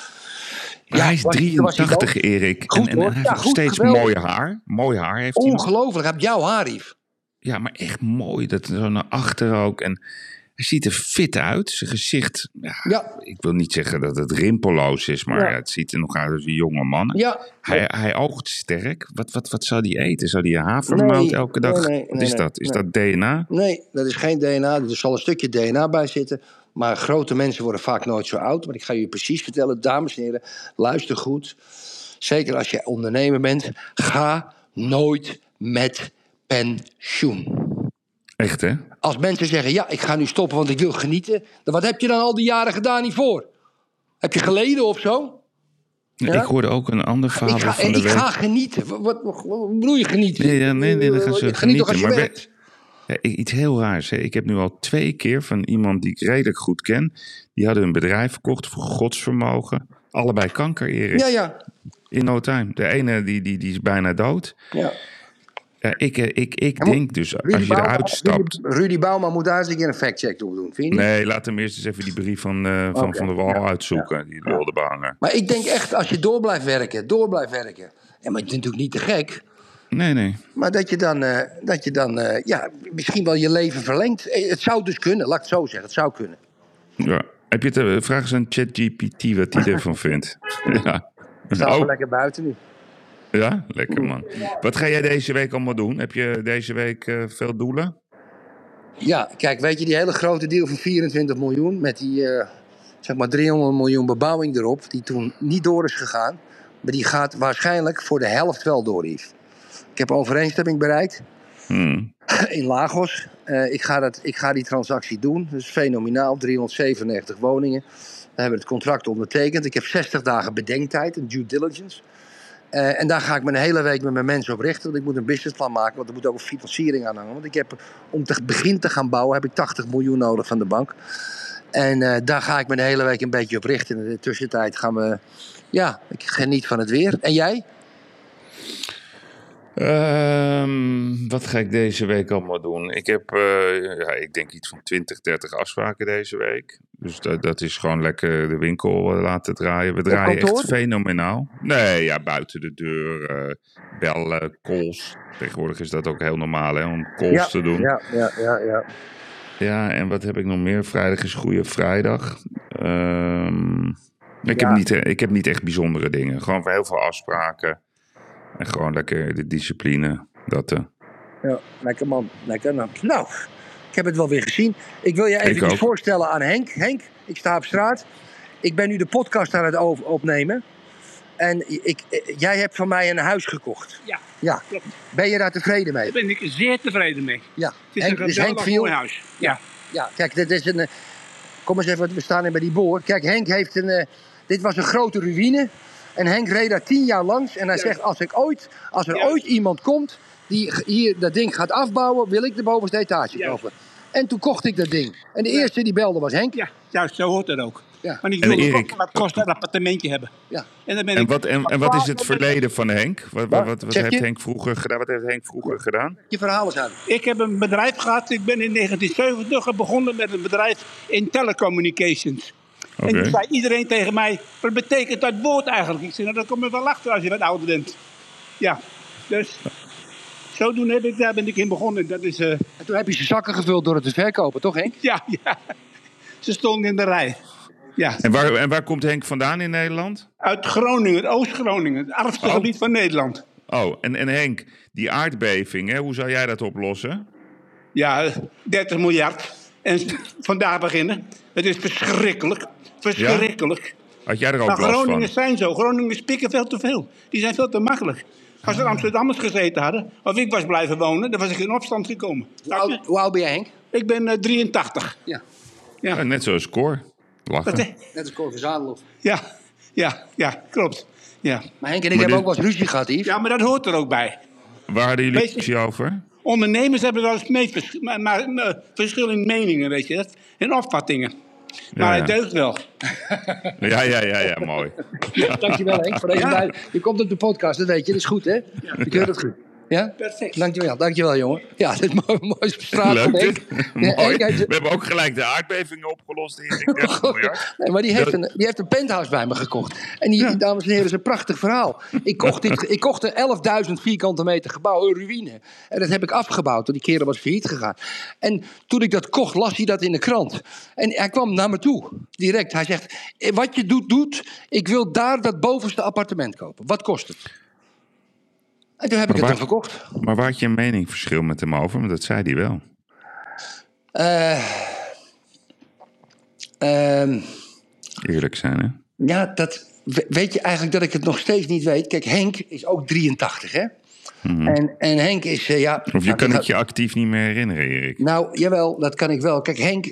Ja, hij is 83, Erik. Goed, en hij heeft nog steeds mooi haar. Mooi haar heeft hij. Ongelooflijk, heb jouw haar, Yves. Ja, maar echt mooi. Dat zo naar achter ook. En hij ziet er fit uit. Zijn gezicht, ik wil niet zeggen dat het rimpelloos is, maar het ziet er nog uit als een jonge man. Ja. Hij oogt sterk. Wat zou hij eten? Zou hij havermout elke dag? Wat is dat? Is dat DNA? Nee, dat is geen DNA. Er zal een stukje DNA bij zitten. Maar grote mensen worden vaak nooit zo oud. Maar ik ga je precies vertellen, dames en heren, luister goed. Zeker als je ondernemer bent, ga nooit met pensioen. Echt, hè? Als mensen zeggen, ja, ik ga nu stoppen, want ik wil genieten. Dan wat heb je dan al die jaren gedaan hiervoor? Heb je geleden of zo? Ja? Ik hoorde ook een ander verhaal van de week. Ik ga genieten. Wat bedoel je genieten? Nee, dan gaan ze genieten. Toch als je werkt? Ja, iets heel raars. Hè? Ik heb nu al 2 keer van iemand die ik redelijk goed ken. Die hadden een bedrijf verkocht voor godsvermogen. Allebei kanker, Erik. Ja. In no time. De ene die is bijna dood. Ja. Ik denk dus, als je eruit stapt... Rudy Bouwman moet daar eens een keer een factcheck toe doen, vind je? Nee, laat hem eerst eens even die brief van de Wal uitzoeken. Die lulde behangen. Maar ik denk echt, als je door blijft werken. Ja, maar het is natuurlijk niet te gek. Nee. Maar dat je dan misschien wel je leven verlengt. Het zou dus kunnen, laat ik het zo zeggen. Het zou kunnen. Ja. Heb je vraag eens aan ChatGPT wat hij ervan vindt. Ja. Staan we lekker buiten nu. Ja, lekker man. Wat ga jij deze week allemaal doen? Heb je deze week veel doelen? Ja, kijk, weet je die hele grote deal van 24 miljoen... met die, zeg maar 300 miljoen bebouwing erop... die toen niet door is gegaan... maar die gaat waarschijnlijk voor de helft wel door, Yves. Ik heb overeenstemming bereikt... in Lagos. Ik ga die transactie doen. Dat is fenomenaal, 397 woningen. We hebben het contract ondertekend. Ik heb 60 dagen bedenktijd, een due diligence... en daar ga ik me een hele week met mijn mensen op richten. Want ik moet een businessplan maken, want er moet ook een financiering aan hangen. Want ik heb, om te begin te gaan bouwen, heb ik 80 miljoen nodig van de bank. En daar ga ik me de hele week een beetje op richten. In de tussentijd gaan we, ik geniet van het weer. En jij? Wat ga ik deze week allemaal doen? Ik heb, ik denk iets van 20, 30 afspraken deze week. Dus dat is gewoon lekker de winkel laten draaien. We draaien echt fenomenaal. Nee, buiten de deur, bellen, calls. Tegenwoordig is dat ook heel normaal, hè, om calls te doen. Ja. Ja, en wat heb ik nog meer? Vrijdag is Goede Vrijdag. Ik heb niet echt bijzondere dingen. Gewoon heel veel afspraken. En gewoon lekker de discipline. Ja, lekker man. Lekker. Nou, ik heb het wel weer gezien. Ik wil je even voorstellen aan Henk. Henk, ik sta op straat. Ik ben nu de podcast aan het opnemen. En jij hebt van mij een huis gekocht. Ja, klopt. Ben je daar tevreden mee? Daar ben ik zeer tevreden mee. Ja. Het is een geweldig mooi huis. Ja. Ja, kijk, dit is een... Kom eens even, we staan hier bij die boor. Kijk, Henk heeft dit was een grote ruïne. En Henk reed daar 10 jaar langs. En hij zegt, als er ooit iemand komt die hier dat ding gaat afbouwen, wil ik de bovenste etage kopen. En toen kocht ik dat ding. En de eerste die belde was Henk. Ja, juist, zo hoort het ook. Ja. Maar ik wilde ook wat kost een appartementje hebben. Ja. En wat is het verleden van Henk? Wat heeft Henk vroeger gedaan? Wat heeft Henk vroeger gedaan? Je verhaal eens aan. Ik heb een bedrijf gehad. Ik ben in 1970 begonnen met een bedrijf in telecommunications. Okay. En toen zei iedereen tegen mij, wat betekent dat woord eigenlijk? Ik zei, nou, dan kom je wel achter als je wat ouder bent. Ja, dus zodoende daar ben ik in begonnen. Dat is, En toen heb je ze zakken gevuld door het te verkopen, toch Henk? Ja. Ze stonden in de rij. Ja. En waar komt Henk vandaan in Nederland? Uit Groningen, Oost-Groningen, het armste gebied van Nederland. Oh, en Henk, die aardbeving, hè, hoe zou jij dat oplossen? Ja, 30 miljard. En vandaar beginnen. Het is verschrikkelijk. Verschrikkelijk. Ja? Had jij er ook last van? Groningers zijn zo. Groningers pikken veel te veel. Die zijn veel te makkelijk. Als er Amsterdammers gezeten hadden, of ik was blijven wonen, dan was ik in opstand gekomen. Hoe oud ben jij, Henk? Ik ben 83. Ja. Ja, net zoals Cor. Lachen. Net als Cor van Zadelhoff. Ja, klopt. Ja. Maar Henk en ik hebben ook wel eens ruzie gehad, Yves. Ja, maar dat hoort er ook bij. Waar hadden jullie ruzie over? Ondernemers hebben wel eens verschillende meningen, weet je dat? En opvattingen. Maar het deugt wel. Ja, mooi. Ja, dankjewel Henk voor deze bij. Je komt op de podcast, dat weet je. Dat is goed, hè? Je keurt het goed. Ja? Perfect. Dankjewel jongen. Ja, dit is mooi straat. Leuk, Henk. Mooi. We hebben ook gelijk de aardbevingen opgelost. Nee, maar die heeft een penthouse bij me gekocht. En die dames en heren, is een prachtig verhaal. Ik kocht een 11.000 vierkante meter gebouw, een ruïne. En dat heb ik afgebouwd, want die kerel was failliet gegaan. En toen ik dat kocht, las hij dat in de krant. En hij kwam naar me toe, direct. Hij zegt, wat je doet, ik wil daar dat bovenste appartement kopen. Wat kost het? En toen heb ik het dan verkocht. Maar waar had je een meningsverschil met hem over? Want dat zei hij wel. Eerlijk zijn, hè? Ja, dat weet je eigenlijk dat ik het nog steeds niet weet. Kijk, Henk is ook 83, hè? Mm-hmm. En Henk is, Of je kan het je actief niet meer herinneren, Erik. Nou, jawel, dat kan ik wel. Kijk, Henk...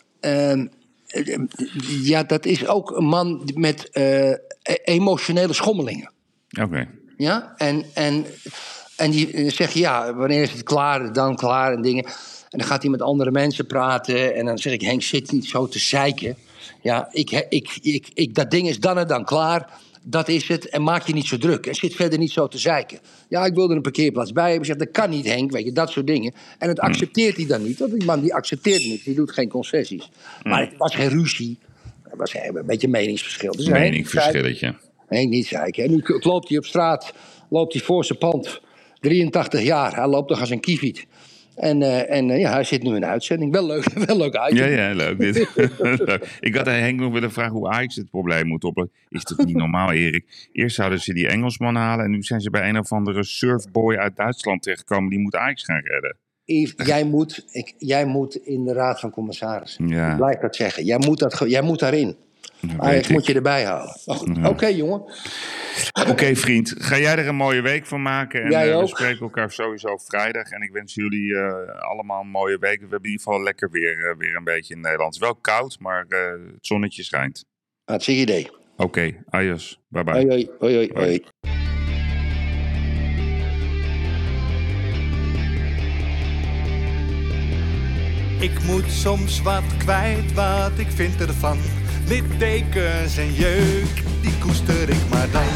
dat is ook een man met emotionele schommelingen. Oké. Ja, en die zegt, wanneer is het klaar, dan klaar en dingen. En dan gaat hij met andere mensen praten. En dan zeg ik, Henk, zit niet zo te zeiken. Ja, dat ding is dan en dan klaar. Dat is het. En maak je niet zo druk. En zit verder niet zo te zeiken. Ja, ik wil er een parkeerplaats bij hebben. Zegt, dat kan niet, Henk. Weet je, dat soort dingen. En dat accepteert hij dan niet. Want die man die accepteert niet. Die doet geen concessies. Maar het was geen ruzie. Het was een beetje een meningsverschil. Dus meningsverschilletje. Nee, niet zeiken. En nu loopt hij op straat, loopt hij voor zijn pand. 83 jaar, hij loopt nog als een kieviet. En hij zit nu in de uitzending. Wel leuk uitzending. Ja, leuk dit. Ik had Henk nog willen vragen hoe Ajax het probleem moet oplossen. Is toch niet normaal, Erik? Eerst zouden ze die Engelsman halen en nu zijn ze bij een of andere surfboy uit Duitsland terechtgekomen. Die moet Ajax gaan redden. Yves, jij moet in de Raad van Commissarissen. Ja. Ik blijf dat zeggen. Jij moet daarin. Ajax moet je erbij halen. Oké, jongen. Oké, vriend. Ga jij er een mooie week van maken? En we spreken elkaar sowieso vrijdag. En ik wens jullie allemaal een mooie week. We hebben in ieder geval lekker weer een beetje in Nederland. Het is wel koud, maar het zonnetje schijnt. Hartstikke idee. Oké, adios. Bye bye. Hoi. Ik moet soms wat kwijt, wat ik vind ervan. Littekens en jeuk, die koester ik maar dan.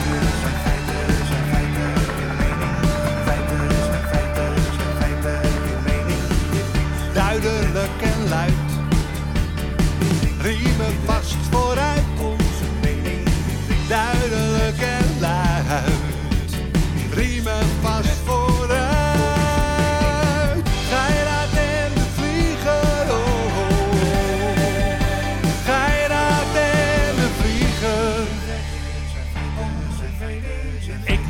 Duidelijk en luid. Riemen vast vooruit, onze mening. Duidelijk en luid. Riemen vast vooruit. Gij laat hem de vlieger op.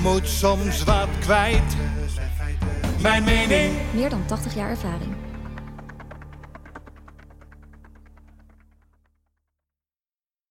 moet soms wat kwijt. Mijn mening. Meer dan 80 jaar ervaring.